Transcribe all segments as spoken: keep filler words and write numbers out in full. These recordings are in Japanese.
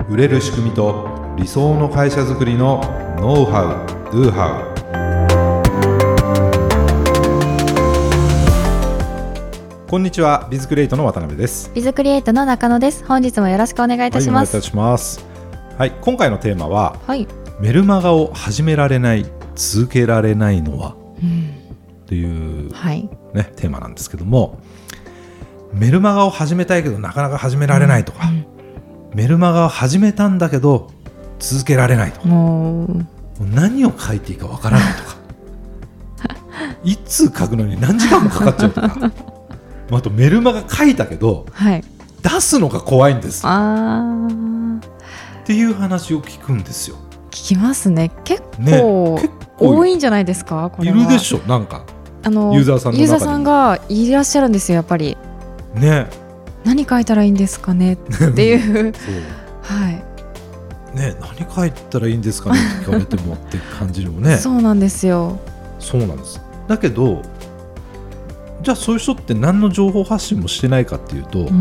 売れる仕組みと理想の会社づくりのノウハウ・ドゥハウ。こんにちは、ビズクリエイトの渡辺です。 ビズクリエイトの中野です。本日もよろしくお願いいたします。 はい、お願いいたします。はい、今回のテーマは、 はい、 メルマガを始められない、続けられないのは、うん、という、はいね、テーマなんですけども、メルマガを始めたいけどなかなか始められないとか、うん、メルマガを始めたんだけど続けられないとか、もう何を書いていいかわからないとかいつ書くのに何時間もかかっちゃうとかあとメルマガ書いたけど、はい、出すのが怖いんですあっていう話を聞くんですよ。 聞きますね。結構、ね、結構多いんじゃないですか。これはいるでしょ。なんかあのユーザーさんの中にユーザーさんがいらっしゃるんですよ。やっぱりね、 何書いたらいいんですかねっていうはいね、何書いたらいいんですかねって聞かれてもって感じるもねそうなんですよ。 そうなんです。だけどじゃあそういう人って何の情報発信もしてないかっていうと、うん、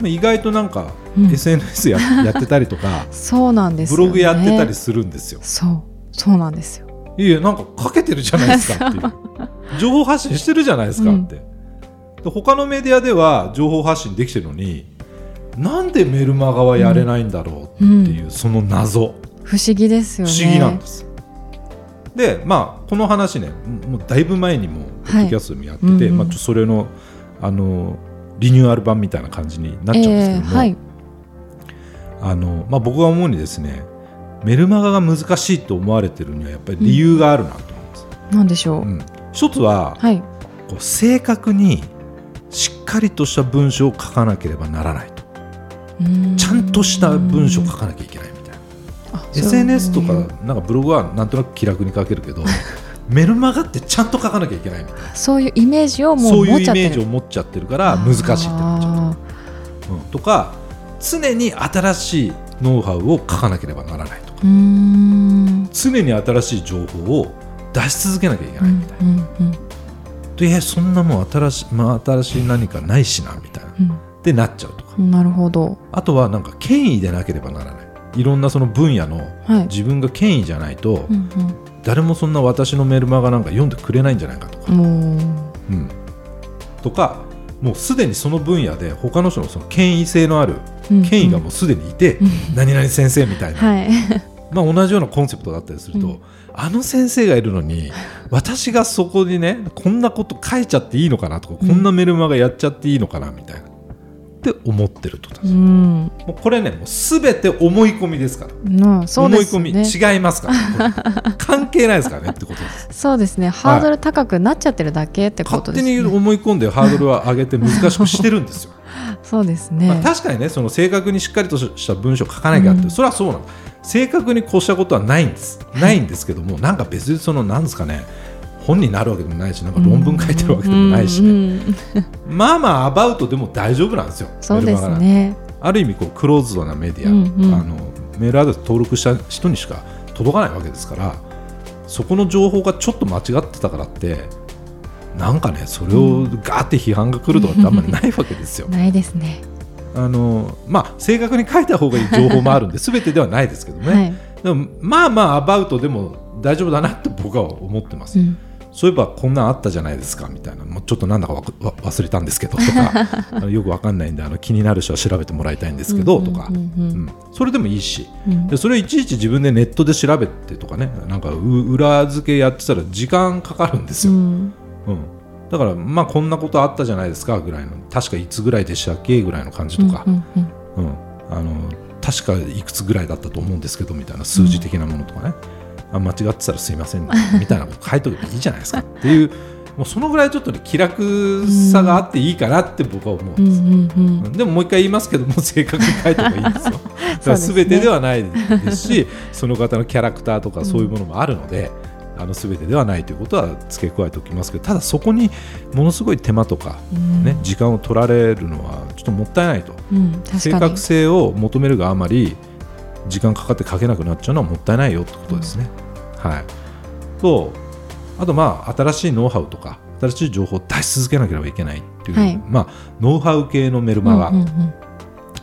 意外となんか エスエヌエス や,、うん、やってたりとかそうなんですよ、ね、 ブログやってたりするんですよ。 そうそうなんですよ。 いやなんか書けてるじゃないですかっていう情報発信してるじゃないですかって、うん、他のメディアでは情報発信できてるのになんでメルマガはやれないんだろうっていう、うん、その謎不思議ですよね。 不思議なんです。で、まあ、この話ねもうだいぶ前にもポッドキャストでもやってて、はいうんうんまあ、それ の, あのリニューアル版みたいな感じになっちゃうんですけども、えーはいあのまあ、僕が思うにですねメルマガが難しいと思われてるにはやっぱり理由があるなと思うんです。 うん、なんでしょう、うん、 一つは、はい、こう正確にしっかりとした文章を書かなければならないと。ちゃんとした文章を書かなきゃいけないみたいな。エスエヌエス とかなんかブログはなんとなく気楽に書けるけどメルマガってちゃんと書かなきゃいけないみたいなそういうイメージをもうそういうイメージを持っちゃってるから難しいってなっちゃう、うん、とか常に新しいノウハウを書かなければならないとかうーん常に新しい情報を出し続けなきゃいけないみたいな、うんうんうん、でそんなもん新しい、まあ、新しい何かないしなみたいな、うん、ってなっちゃうとか。 なるほど。 あとはなんか権威でなければならない。いろんなその分野の自分が権威じゃないと、はいうんうん、誰もそんな私のメルマガなんか読んでくれないんじゃないかとか、うん、とかもうすでにその分野で他の人のその権威性のある権威がもうすでにいて、うんうん、何々先生みたいな、はいまあ、同じようなコンセプトだったりすると、うん、あの先生がいるのに私がそこにねこんなこと書いちゃっていいのかなとか、うん、こんなメルマガやっちゃっていいのかなみたいなって思ってると、うん、もうこれねもう全て思い込みですから、うん、そうですね、思い込み違いますから関係ないですからねってことです。 そうですね。ハードル高くなっちゃってるだけってことですね、 はい、勝手に思い込んでハードルを上げて難しくしてるんですよそうですね、 まあ、確かにねその正確にしっかりとした文章を書かなきゃって、うん、それはそうなの。正確に越したことはないんですないんですけども、なんか別にそのなんですかね本になるわけでもないしなんか論文書いてるわけでもないし、ねうんうん、まあまあアバウトでも大丈夫なんですよ。 そうですね。 ある意味こうクローズドなメディア、うんうん、あのメールアドレス登録した人にしか届かないわけですからそこの情報がちょっと間違ってたからってなんかねそれをガーって批判が来るとかってあんまりないわけですよ、 うん、ないですね。 あのまあ、正確に書いた方がいい情報もあるんで全てではないですけどね、はい、でもまあまあアバウトでも大丈夫だなって僕は思ってます、うん、そういえばこんなんあったじゃないですかみたいなもうちょっとなんだかわ忘れたんですけどとかよくわかんないんであの気になる人は調べてもらいたいんですけどとか、うんうんうんうん、それでもいいし、うん、でそれをいちいち自分でネットで調べてとかねなんか裏付けやってたら時間かかるんですよ、うんうんだからまあこんなことあったじゃないですかぐらいの確かいつぐらいでしたっけぐらいの感じとか、うんうんうんうん、あの確かいくつぐらいだったと思うんですけどみたいな数字的なものとかね、うん、あ間違ってたらすいませんみたいなこと書いとけばいいじゃないですかっていうもうそのぐらいちょっと、ね、気楽さがあっていいかなって僕は思うんです、うんうんうん、でももう一回言いますけども正確に書いた方がいいんですよだから全てではないですしその方のキャラクターとかそういうものもあるので、うんあの全てではないということは付け加えておきますけどただそこにものすごい手間とか、ねうん、時間を取られるのはちょっともったいないと、うん、正確性を求めるがあまり時間かかって書けなくなっちゃうのはもったいないよってことですね、うんはい、とあとまあ新しいノウハウとか新しい情報を出し続けなければいけないっていう、はいまあ、ノウハウ系のメルマガ、うんうんうんま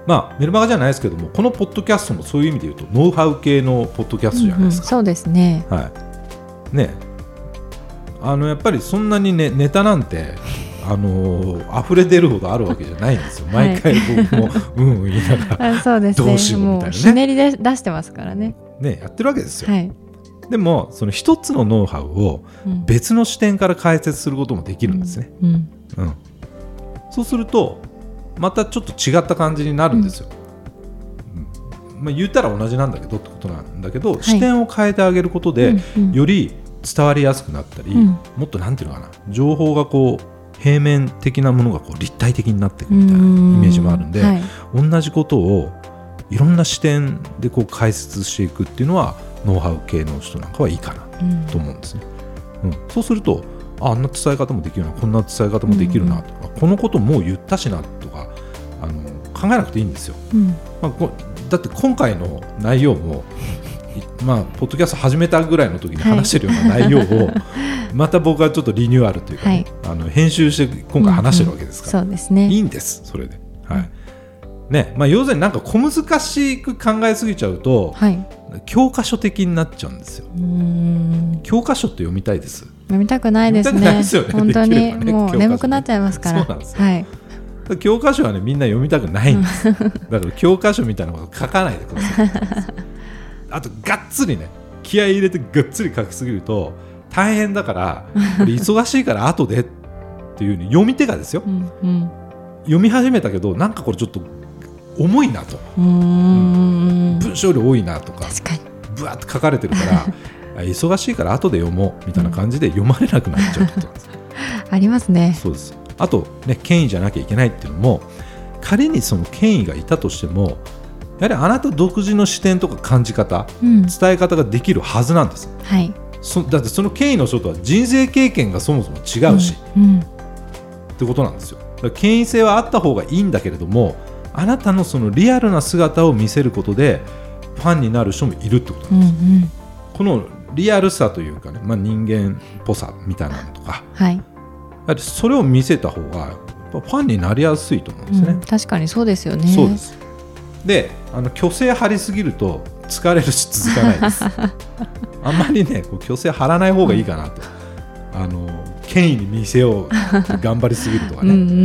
まあ、メルマガじゃないですけども、このポッドキャストもそういう意味で言うとノウハウ系のポッドキャストじゃないですか、 うんうん、そうですね、 はいね、あのやっぱりそんなに、ね、ネタなんてあのー、溢れ出るほどあるわけじゃないんですよ。毎回僕もうんうん言いながらそうです、ね、 どうしようみたいなね、もうひねりで出してますからね、 ね、やってるわけですよ、 はい、 でもその一つのノウハウを別の視点から解説することもできるんですね、うんうんうん、そうするとまたちょっと違った感じになるんですよ、うんうん、まあ、言ったら同じなんだけどってことなんだけど、はい、視点を変えてあげることで、うんうん、より伝わりやすくなったり、うん、もっとなんていうのかな、情報がこう平面的なものがこう立体的になっていくみたいなイメージもあるんで、はい、同じことをいろんな視点でこう解説していくっていうのはノウハウ系の人なんかはいいかなと思うんですね、うんうん、そうすると あ, あんな伝え方もできるな、こんな伝え方もできるなとか、うん、このこともう言ったしなとかあの考えなくていいんですよ、うん、まあ、だって今回の内容もまあ、ポッドキャスト始めたぐらいの時に話してるような内容を、はい、また僕はちょっとリニューアルというか、ね、はい、あの編集して今回話してるわけですから、うんうん、そうですね、いいんですそれで、はい、ね、まあ、要するになんか小難しく考えすぎちゃうと、はい、教科書的になっちゃうんですよ。うーん、教科書って読みたいです？ 読みたくないです ね, ですよね、本当に、ね、もう眠くなっちゃいますから。 そうなんですよ、はい、教科書は、ね、みんな読みたくないんですだから教科書みたいなこと書かないでくださいあとがっつりね気合い入れてがっつり書きすぎると大変だからこれ忙しいから後でっていう風に読み手がですよ、うんうん、読み始めたけどなんかこれちょっと重いなと、うーん、うん、文章量多いなとかぶわっと書かれてるから忙しいから後で読もうみたいな感じで読まれなくなっちゃうってことなんですありますね。 そうです。あと、ね、権威じゃなきゃいけないっていうのも仮にその権威がいたとしてもやはりあなた独自の視点とか感じ方、うん、伝え方ができるはずなんです、はい、そだってその権威の人とは人生経験がそもそも違うし、うんうん、ってことなんですよ。だから権威性はあった方がいいんだけれどもあなたのそのリアルな姿を見せることでファンになる人もいるってことなんです、うんうん、このリアルさというかね、まあ、人間っぽさみたいなのとか、はい、やはりそれを見せた方がファンになりやすいと思うんですね、うん、 確かにそうですよね。 そうです。で、あの虚勢張りすぎると疲れるし続かないですあんまりねこう虚勢張らない方がいいかなと、うん、あの権威に見せよう頑張りすぎるとかね、うんうんうんうん、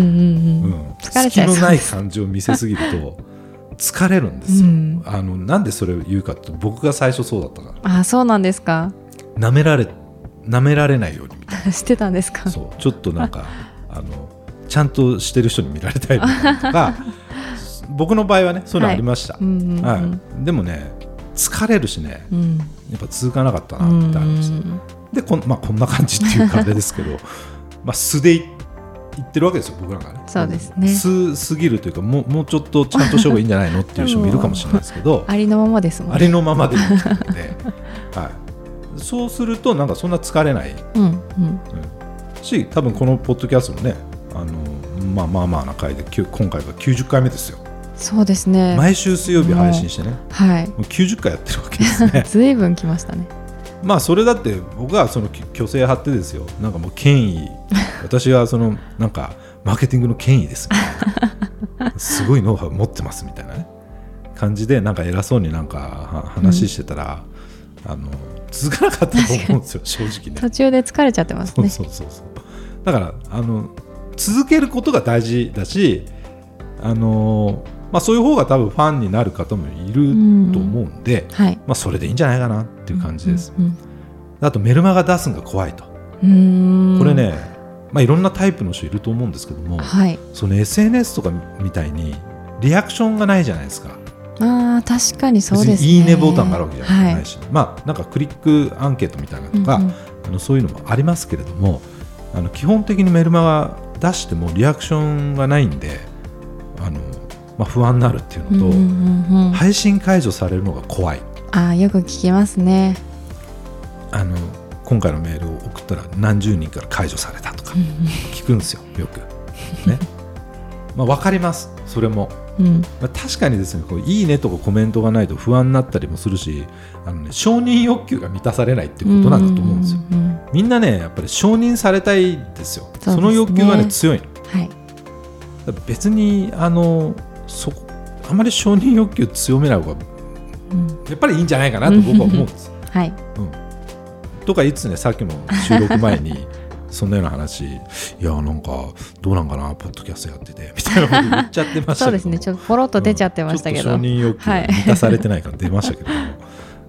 隙のない感じを見せすぎると疲れるんですよ、うん、あのなんでそれを言うかって僕が最初そうだったから。 あ、そうなんですか。 舐められ舐められないようにみたいなしてたんですか。 そうちょっとなんかあのちゃんとしてる人に見られたいみたいなとか僕の場合はねそういうのありました、はいうんうんうんはい、でもね疲れるしね、うん、やっぱ続かなかったなってありました、うん、で こ,、まあ、こんな感じっていうかあれですけどまあ素で言ってるわけですよ僕なんかね。 そうですね。 素すぎるというかも う, もうちょっとちゃんとした方がいいんじゃないのっていう人もいるかもしれないですけどありのままですもんね。 ありのままでいいので、はい、そうするとなんかそんな疲れない、うんうんうん、し多分このポッドキャストもねあのまあまあまあな回で今回がきゅうじゅっかいめですよ。 そうですね。 毎週水曜日配信してね、はい、もうきゅうじゅっかいやってるわけですねずいぶん来ましたね。 まあそれだって僕はその虚勢張ってですよなんかもう権威私はそのなんかマーケティングの権威ですみたいなすごいノウハウ持ってますみたいなね感じでなんか偉そうになんか話してたら、うん、あの続かなかったと思うんですよ正直ね。 途中で疲れちゃってますね。 そうそうそうそう。だからあの続けることが大事だしあのまあ、そういう方が多分ファンになる方もいると思うんで、うんはいまあ、それでいいんじゃないかなっていう感じです、うんうん、あとメルマガ出すのが怖いと。うーんこれね、まあ、いろんなタイプの人いると思うんですけども、はい、その エスエヌエス とかみたいにリアクションがないじゃないですか。 あ確かにそうですね。 いいねボタンがあるわけじゃないし、はいまあ、なんかクリックアンケートみたいなのとか、うんうん、あのそういうのもありますけれどもあの基本的にメルマガ出してもリアクションがないんであのまあ、不安になるっていうのと、うんうんうん、配信解除されるのが怖い。 あよく聞きますね。 あの今回のメールを送ったら何十人から解除されたとか聞くんですよよく、ねまあ、分かりますそれも、うんまあ、確かにですねこういいねとかコメントがないと不安になったりもするしあの、ね、承認欲求が満たされないっていうことなんだと思うんですよ、うんうんうん、みんなねやっぱり承認されたいですよ。 そ, その欲求がね強いの、はい、別にあのそあまり承認欲求強めない方が、うん、やっぱりいいんじゃないかなと僕は思うんです、 はい、 うん、とかいつねさっきも収録前にそんなような話いやなんかどうなんかなポッドキャストやっててみたいなこと言っちゃってましたけどそうですねちょっとポロッと出ちゃってましたけど、 うん、ちょっと承認欲求が満たされてないから出ましたけども、はい、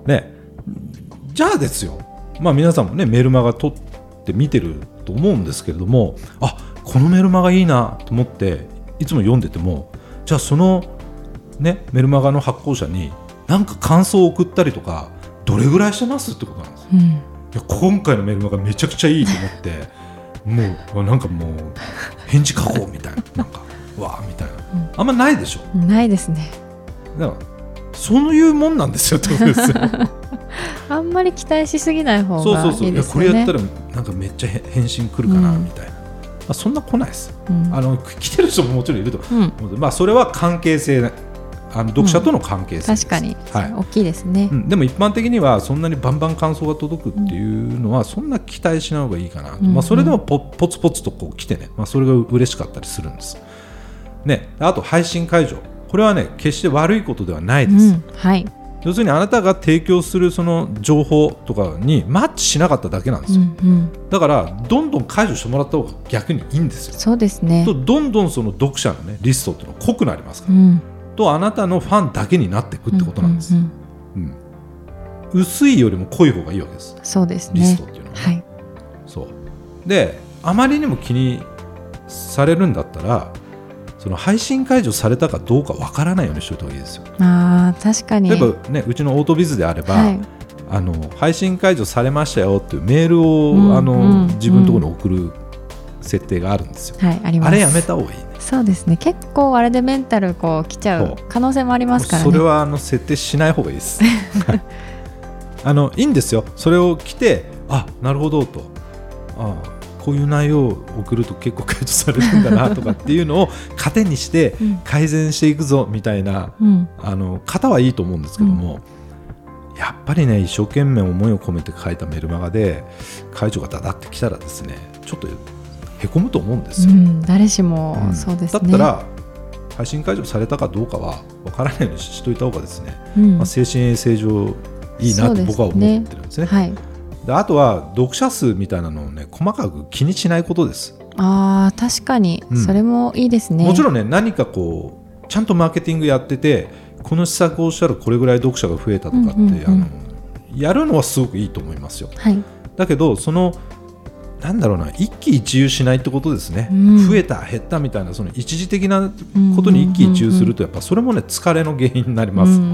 ねじゃあですよ、まあ、皆さんもねメルマガ撮って見てると思うんですけれどもあこのメルマガいいなと思っていつも読んでてもじゃあその、ね、メルマガの発行者に何か感想を送ったりとかどれぐらいしてますってことなんですよ、うん、いや今回のメルマガめちゃくちゃいいと思ってもうなんかもう返事書こうみたいななんかわーみたいな、うん、あんまないでしょないですねだからそういうもんなんですよってことですよあんまり期待しすぎない方がいいですよね。そうそうそういやこれやったらなんかめっちゃ返信来るかなみたいな、うんまあ、そんな来ないです、うん、あの来てる人ももちろんいると、うんまあ、それは関係性あの読者との関係性です、 うん、確かに、はい、大きいですね、 うん、でも一般的にはそんなにバンバン感想が届くっていうのはそんな期待しない方がいいかな、うんまあ、それでも ポ, ポツポツとこう来てね、まあ、それが嬉しかったりするんです、ね、あと配信解除これはね決して悪いことではないです、 うんはい、 要するにあなたが提供するその情報とかにマッチしなかっただけなんですよ、うんうん、だからどんどん解除してもらった方が逆にいいんですよ。 そうですねとどんどんその読者の、ね、リストっていうのが濃くなりますから、うん、とあなたのファンだけになっていくってことなんです、うんうんうん、薄いよりも濃い方がいいわけです。 そうですねリストっていうのは、ねはい、そうであまりにも気にされるんだったらその配信解除されたかどうかわからないようにしておいた方がいいですよ。 あ確かに例えば、ね、うちのオートビズであれば、はい、あの配信解除されましたよっていうメールを、うん、あのうん、自分のところに送る設定があるんですよ、 はい、あります。 あれやめた方がいいね。 そうですね結構あれでメンタルこう来ちゃう可能性もありますからね。 それはあの設定しない方がいいですあのいいんですよそれを来てあなるほどとあこういう内容を送ると結構解除されるんだなとかっていうのを糧にして改善していくぞみたいな、うん、あの方はいいと思うんですけども、うん、やっぱりね一生懸命思いを込めて書いたメルマガで解除がダダってきたらですねちょっとへこむと思うんですよ、うん、 誰しもそうですね、 だったら配信解除されたかどうかは分からないようにしといた方がですね、うんまあ、精神衛生上いいなと僕は思ってるんですね。はいであとは読者数みたいなのをね細かく気にしないことです。 あ確かに、うん、それもいいですね。 もちろんね何かこうちゃんとマーケティングやっててこの施策をしたらこれぐらい読者が増えたとかって、うんうんうん、あのやるのはすごくいいと思いますよ、はい、だけどそのなんだろうな一喜一憂しないってことですね、うん、増えた減ったみたいなその一時的なことに一喜一憂するとやっぱそれもね疲れの原因になります、うんうん、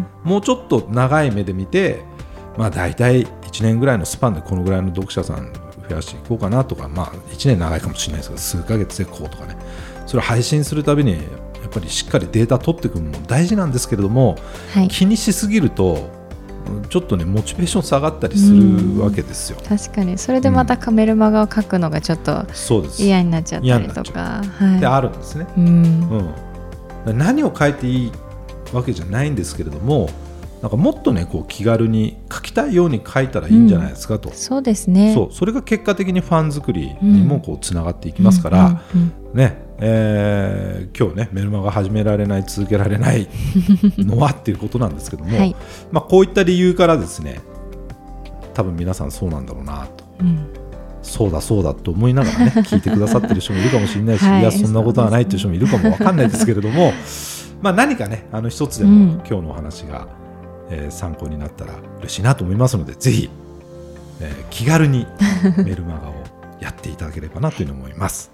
もうちょっと長い目で見てまあ、大体いちねんぐらいのスパンでこのぐらいの読者さん増やしていこうかなとか、まあ、いちねん長いかもしれないですけど数ヶ月でこうとかねそれを配信するたびにやっぱりしっかりデータ取っていくのも大事なんですけれども、はい、気にしすぎるとちょっとねモチベーション下がったりするわけですよ。 確かにそれでまたカメルマガを書くのがちょっと嫌になっちゃったりとか、はい、 であるんですね、うんうん、何を書いていいわけじゃないんですけれどもなんかもっとねこう気軽に書きたいように書いたらいいんじゃないですかと、うん、 そうですね。 そうそれが結果的にファン作りにもこうつながっていきますから、うんうんうんねえー、今日ねメルマガ始められない続けられないのはっていうことなんですけども、はいまあ、こういった理由からですね多分皆さんそうなんだろうなと、うん、そうだそうだと思いながらね聞いてくださってる人もいるかもしれないし、はい、いやそんなことはないっていう人もいるかもわかんないですけれどもまあ何かねあの一つでも今日のお話が、うんえー、参考になったら嬉しいなと思いますのでぜひ、えー、気軽にメルマガをやっていただければなというふうに思います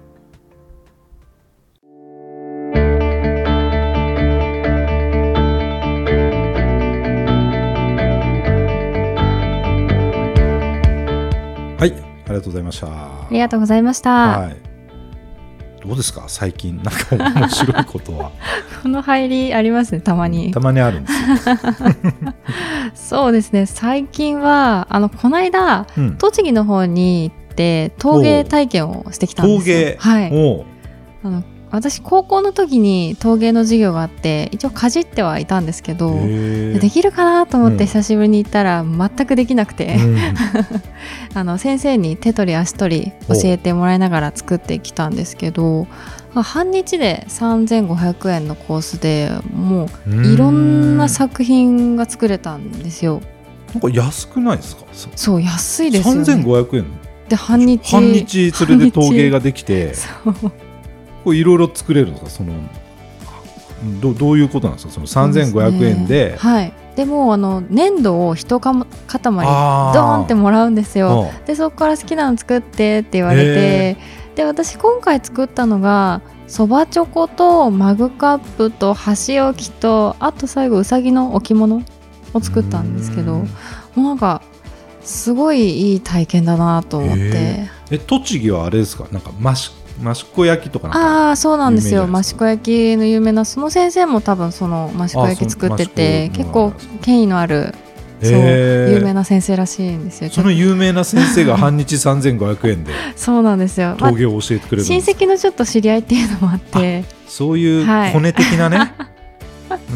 はいありがとうございました。 ありがとうございました、はいどうですか最近なんか面白いことはこの入りありますねたまにたまにあるんですよそうですね最近はあのこの間、うん、栃木の方に行って陶芸体験をしてきたんですよ。 陶芸、 はい、おあの私高校の時に陶芸の授業があって一応かじってはいたんですけど、できるかなと思って久しぶりに行ったら全くできなくて、うん、あの先生に手取り足取り教えてもらいながら作ってきたんですけど、半日でさんぜんごひゃくえんのコースでもういろんな作品が作れたんですよ。 なんか安くないですか？ そう安いですよね。 さんぜんごひゃくえんで半日半日それで陶芸ができていろいろ作れるのか、その ど, どういうことなんですか、そのさんぜんごひゃくえん で, で、 ね、はい、でもあの粘土を一塊ドーンってもらうんですよ。でそこから好きなの作ってって言われて、で私今回作ったのがそばチョコとマグカップと箸置きとあと最後うさぎの置物を作ったんですけど、もうなんかすごいいい体験だなと思って。 え栃木はあれですか、なんか益子焼きとかなんか、あそうなんですよ、益子焼きの有名なその先生も多分その益子焼き作ってて結構権威のあるそう有名な先生らしいんですよ。 その有名な先生が半日さんぜんごひゃくえんでそうなんですよ、 陶芸を教えてくれるんです、 まあ、親戚のちょっと知り合いっていうのもあってそういうコネ的なね、はい、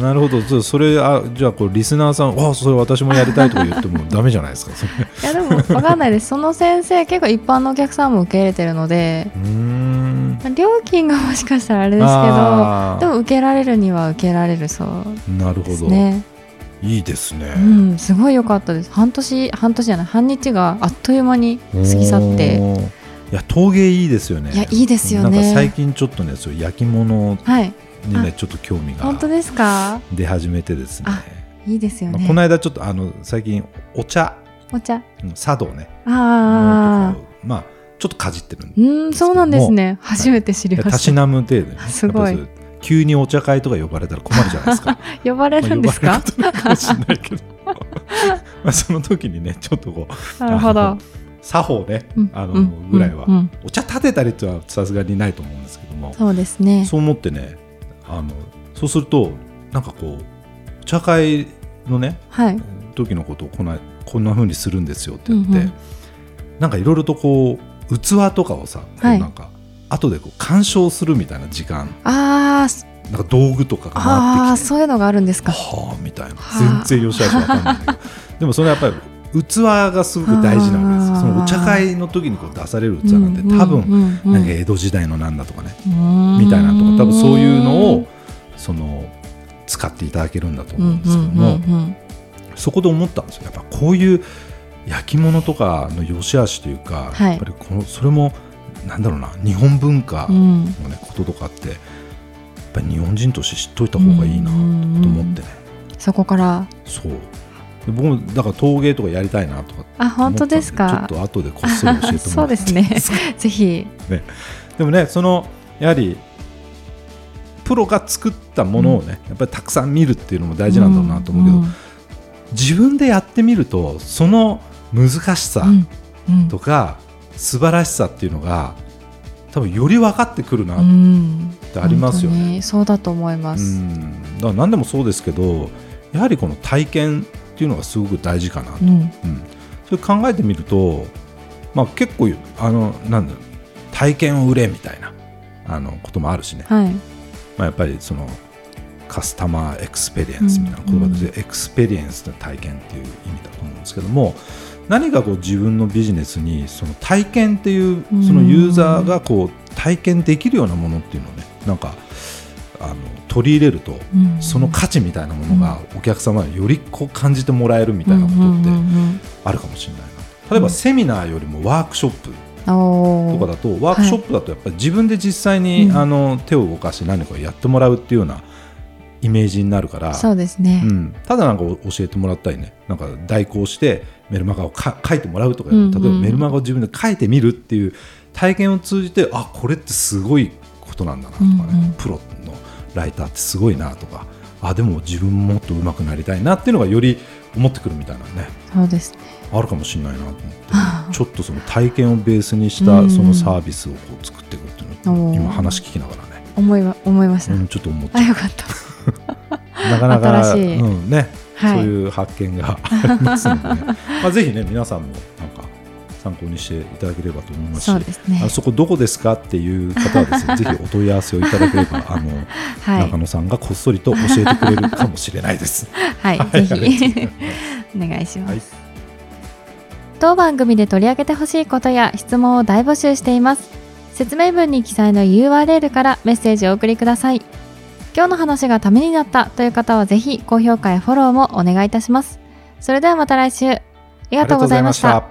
なるほど。それあじゃあこうリスナーさんあそれ私もやりたいとか言ってもダメじゃないですかそれいやでも分かんないですその先生結構一般のお客さんも受け入れてるので、うーん料金がもしかしたらあれですけどでも受けられるには受けられるそうですね。 なるほど、いいですね、 うん、すごい良かったです。半年半年じゃない半日があっという間に過ぎ去って。 いや陶芸いいですよね。 いやいいですよね。 なんか最近ちょっとねそう焼き物にね、はい、ちょっと興味が本当ですか出始めてですね。 いいですよね、 まあ、この間ちょっとあの最近お茶お茶茶道ねあまあちょっとかじってるんですけども、 うんそうなんですね、初めて知りました。 たしなむ程度で、ね、 すごい急にお茶会とか呼ばれたら困るじゃないですか呼ばれるんですか、まあ、呼ばれることないかもしれないけどまあその時にねちょっとこうなるほど作法ね、うん、あの、うん、ぐらいは、うん、お茶立てたりってはさすがにないと思うんですけども、 そうですね。 そう思ってねあのそうするとなんかこうお茶会のね、はい、時のことをこんなこんな風にするんですよって言って、うんうん、なんかいろいろとこう器とかをさ、はい、なんか後でこう鑑賞するみたいな時間、 あなんか道具とかが回ってきて、 あそういうのがあるんですか。 はあみたいな、全然よしあし分かんないけどでもそれやっぱり器がすごく大事なんですよ。そのお茶会の時にこう出される器なんて多分なんか江戸時代のなんだとかねみたいなとか多分そういうのをその使っていただけるんだと思うんですけども、そこで思ったんですよ。やっぱこういう焼き物とかの良し悪しというか、はい、やっぱりこのそれもなんだろうな日本文化の、ねうん、こととかってやっぱり日本人として知っといた方がいいなと思ってね、 うん、そこからそうで僕もだから陶芸とかやりたいなとかあ本当ですか。 ちょっと後でこっそり教えてもらってそうですねぜひ、 ね、でもねそのやはりプロが作ったものをね、うん、やっぱりたくさん見るっていうのも大事なんだろうなと思うけど、うんうん、自分でやってみるとその難しさとか、うんうん、素晴らしさっていうのが多分より分かってくるなってありますよね、うん、 そうだと思います、 うん、だから何でもそうですけどやはりこの体験っていうのがすごく大事かなと、うんうん、それ考えてみると、まあ、結構あのなんだ体験を売れみたいなあのこともあるしね、はいまあ、やっぱりそのカスタマーエクスペリエンスみたいな言葉で、うんうん、エクスペリエンスの体験っていう意味だと思うんですけども、何かこう自分のビジネスにその体験っていうそのユーザーがこう体験できるようなものっていうのをねなんかあの取り入れると、うんうん、その価値みたいなものがお客様によりこう感じてもらえるみたいなことってあるかもしれないな。例えばセミナーよりもワークショップとかだと、ワークショップだとやっぱり自分で実際に、はい、あの手を動かして何かをやってもらうっていうようなイメージになるから、 そうですね、 うん、ただなんか教えてもらったりねなんか代行してメルマガをか書いてもらうとか、うんうん、例えばメルマガを自分で書いてみるっていう体験を通じてあこれってすごいことなんだなとかね、うんうん、プロのライターってすごいなとかあでも自分ももっと上手くなりたいなっていうのがより思ってくるみたいなねそうですねあるかもしれないなと思ってちょっとその体験をベースにしたそのサービスをこう作っていくっていうのを、うん、今話聞きながらね思い、思いました、 うん、ちょっと思っちゃうあよかったなかなか、 新しいうんねはい、 そういう発見がありますので、ねまあ、ぜひね皆さんもなんか参考にしていただければと思いますし、 そうですね、 あそこどこですかっていう方はですねぜひお問い合わせをいただければあの、はい、中野さんがこっそりと教えてくれるかもしれないですはい、はい、ぜひお願いします、はい、当番組で取り上げてほしいことや質問を大募集しています。説明文に記載の ユーアールエル からメッセージをお送りください。今日の話がためになったという方はぜひ高評価やフォローもお願いいたします。それではまた来週。ありがとうございました。